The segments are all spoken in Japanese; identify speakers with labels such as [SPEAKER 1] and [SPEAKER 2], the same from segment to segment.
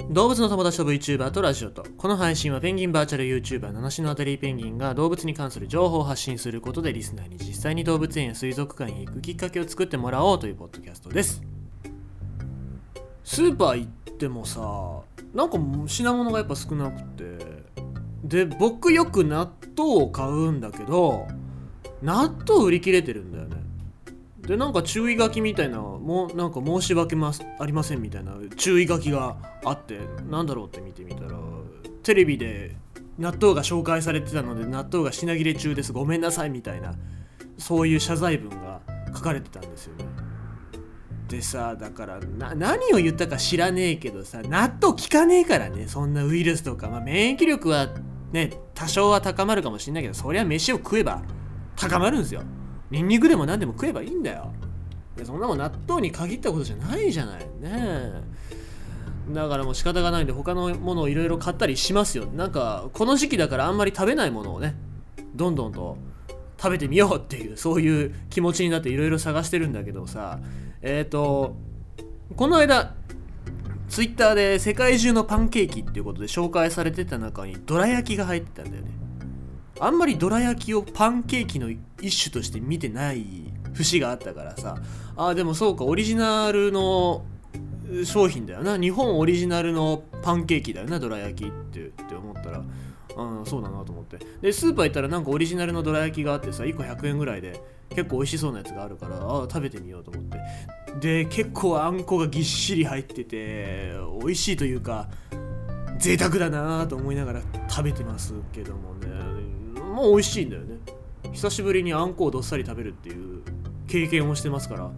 [SPEAKER 1] 動物の友達と VTuber とラジオと。この配信はペンギンバーチャル YouTuber 七種のあたりペンギンが動物に関する情報を発信することでリスナーに実際に動物園や水族館へ行くきっかけを作ってもらおうというポッドキャストです。スーパー行ってもさ、なんか品物がやっぱ少なくて、で僕よく納豆を買うんだけど、納豆売り切れてるんだよね。でなんか注意書きみたいな、なんか申し訳ありませんみたいな注意書きがあって、なんだろうって見てみたら、テレビで納豆が紹介されてたので納豆が品切れ中です、ごめんなさいみたいな、そういう謝罪文が書かれてたんですよね。でさ、だから何を言ったか知らねえけどさ、納豆効かねえからね、そんなウイルスとか、免疫力はね多少は高まるかもしれないけど、そりゃ飯を食えば高まるんですよ。ニンニクでも何でも食えばいいんだよ。そんなもん納豆に限ったことじゃないじゃないね。だからもう仕方がないんで他のものをいろいろ買ったりしますよ。なんかこの時期だからあんまり食べないものをね、どんどんと食べてみようっていう、そういう気持ちになっていろいろ探してるんだけどさ、この間ツイッターで世界中のパンケーキっていうことで紹介されてた中にどら焼きが入ってたんだよね。あんまりどら焼きをパンケーキの一種として見てない節があったからさ、でもそうか、オリジナルの商品だよな、日本オリジナルのパンケーキだよな、どら焼きって思ったら、そうだなと思って。でスーパー行ったらなんかオリジナルのどら焼きがあってさ、1個100円ぐらいで結構美味しそうなやつがあるから、食べてみようと思って。で結構あんこがぎっしり入ってて美味しいというか贅沢だなと思いながら食べてますけどもね、もう美味しいんだよね。久しぶりにあんこをどっさり食べるっていう経験をしてますから、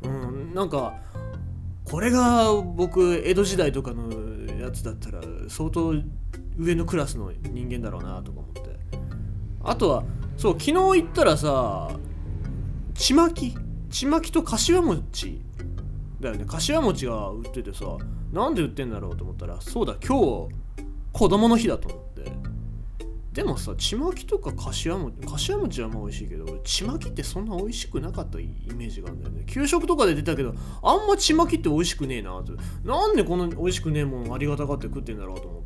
[SPEAKER 1] なんかこれが僕江戸時代とかのやつだったら相当上のクラスの人間だろうなとか思って。あとはそう、昨日行ったらさ、ちまきとかしわ餅だよね。かしわ餅が売っててさ、なんで売ってんだろうと思ったら、そうだ、今日子供の日だと思って。でもさ、ちまきとかかしわ餅はまあ美味しいけど、ちまきってそんな美味しくなかったイメージがあるんだよね。給食とかで出たけど、あんまちまきって美味しくねえなと。なんでこの美味しくねえもんありがたがって食ってんだろうと思って。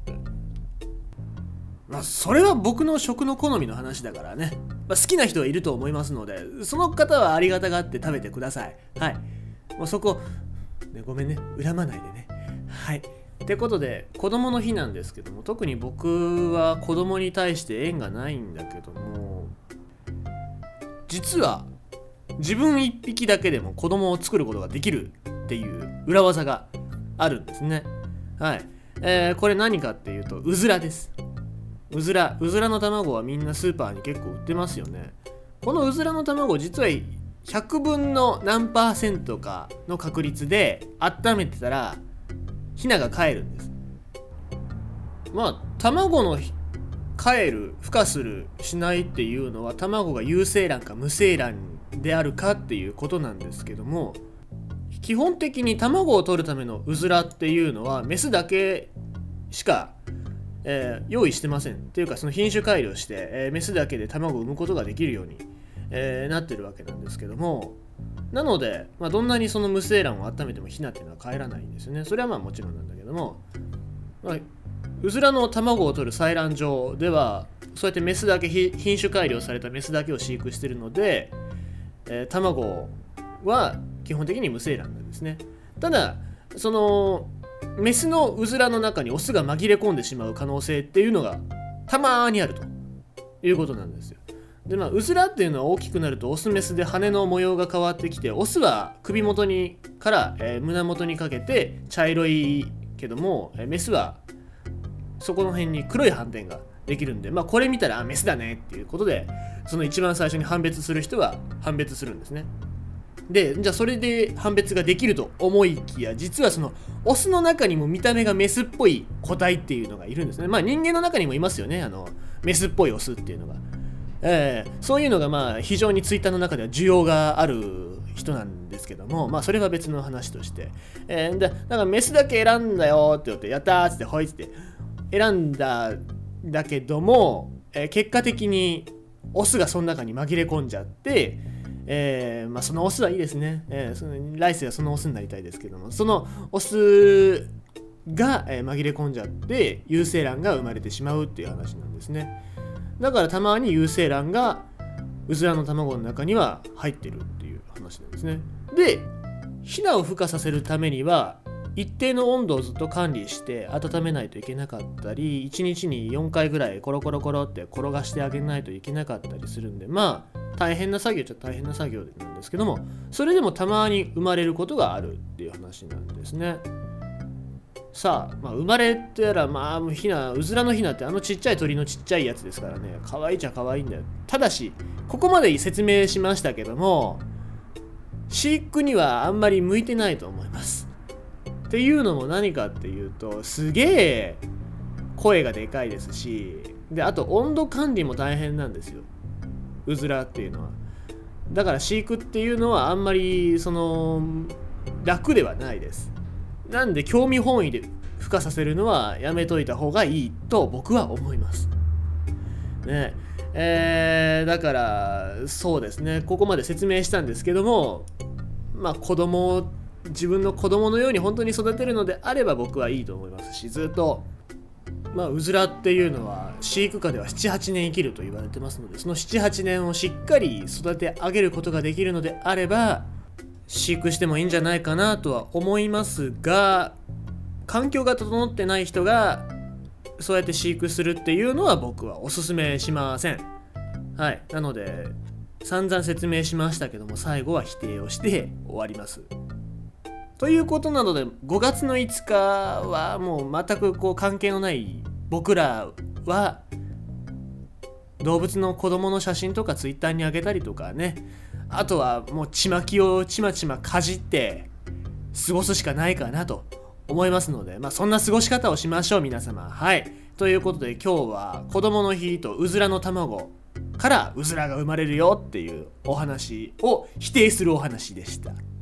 [SPEAKER 1] それは僕の食の好みの話だからね。好きな人はいると思いますので、その方はありがたがって食べてください。はい。もうそこ、ね、ごめんね、恨まないでね。はい。ってことで、子供の日なんですけども、特に僕は子供に対して縁がないんだけども、実は自分一匹だけでも子供を作ることができるっていう裏技があるんですね。はい。これ何かっていうと、うずらです。うずらの卵はみんなスーパーに結構売ってますよね。このうずらの卵、実は100分の何%かの確率で温めてたらヒナが帰るんです。卵の帰る、孵化する、しないっていうのは卵が有精卵か無精卵であるかっていうことなんですけども、基本的に卵を取るためのうずらっていうのはメスだけしか用意してません。っていうか、その品種改良して、メスだけで卵を産むことができるように、なってるわけなんですけども、なので、どんなにその無精卵を温めてもヒナっていうのは帰らないんですよね。それはもちろんなんだけども、うずらの卵を取る採卵場ではそうやってメスだけ、品種改良されたメスだけを飼育してるので、卵は基本的に無精卵なんですね。ただそのメスのうずらの中にオスが紛れ込んでしまう可能性っていうのがたまーにあるということなんですよ。でうずらっていうのは大きくなるとオスメスで羽の模様が変わってきて、オスは首元から、胸元にかけて茶色いけども、メスはそこの辺に黒い斑点ができるんで、これ見たらメスだねっていうことで、その一番最初に判別する人は判別するんですね。で、じゃあそれで判別ができると思いきや、実はそのオスの中にも見た目がメスっぽい個体っていうのがいるんですね。人間の中にもいますよね、メスっぽいオスっていうのが。そういうのが非常にツイッターの中では需要がある人なんですけども、それは別の話として、だからメスだけ選んだよって言って、やったーっつってほいって選んだだけども、結果的にオスがその中に紛れ込んじゃって、そのオスはいいですね、その来世はそのオスになりたいですけども、そのオスが紛れ込んじゃって有精卵が生まれてしまうっていう話なんですね。だからたまに有精卵がうずらの卵の中には入ってるっていう話なんですね。で、ヒナを孵化させるためには一定の温度をずっと管理して温めないといけなかったり、1日に4回ぐらいコロコロコロって転がしてあげないといけなかったりするんで、まあ大変な作業っちゃ大変な作業なんですけども、それでもたまに生まれることがあるっていう話なんですね。さあ、生まれってやら、うずらのヒナってちっちゃい鳥のちっちゃいやつですからね、可愛いっちゃ可愛いんだよ。ただし、ここまで説明しましたけども、飼育にはあんまり向いてないと思います。っていうのも何かっていうと、すげえ声がでかいですし、で、あと温度管理も大変なんですよ、うずらっていうのは。だから飼育っていうのはあんまり楽ではないです。なんで興味本位で孵化させるのはやめといた方がいいと僕は思いますね。だからそうですね、ここまで説明したんですけども、自分の子供のように本当に育てるのであれば僕はいいと思いますし、ずっとうずらっていうのは飼育下では 7,8 年生きると言われてますので、その 7,8 年をしっかり育て上げることができるのであれば飼育してもいいんじゃないかなとは思いますが、環境が整ってない人がそうやって飼育するっていうのは僕はおすすめしません。はい、なので散々説明しましたけども、最後は否定をして終わります。ということなので、5月の5日はもう全く関係のない僕らは動物の子供の写真とかツイッターに上げたりとかね、あとはもうちまきをちまちまかじって過ごすしかないかなと思いますので、そんな過ごし方をしましょう皆様。はい、ということで今日は子供の日とうずらの卵からうずらが生まれるよっていうお話を否定するお話でした。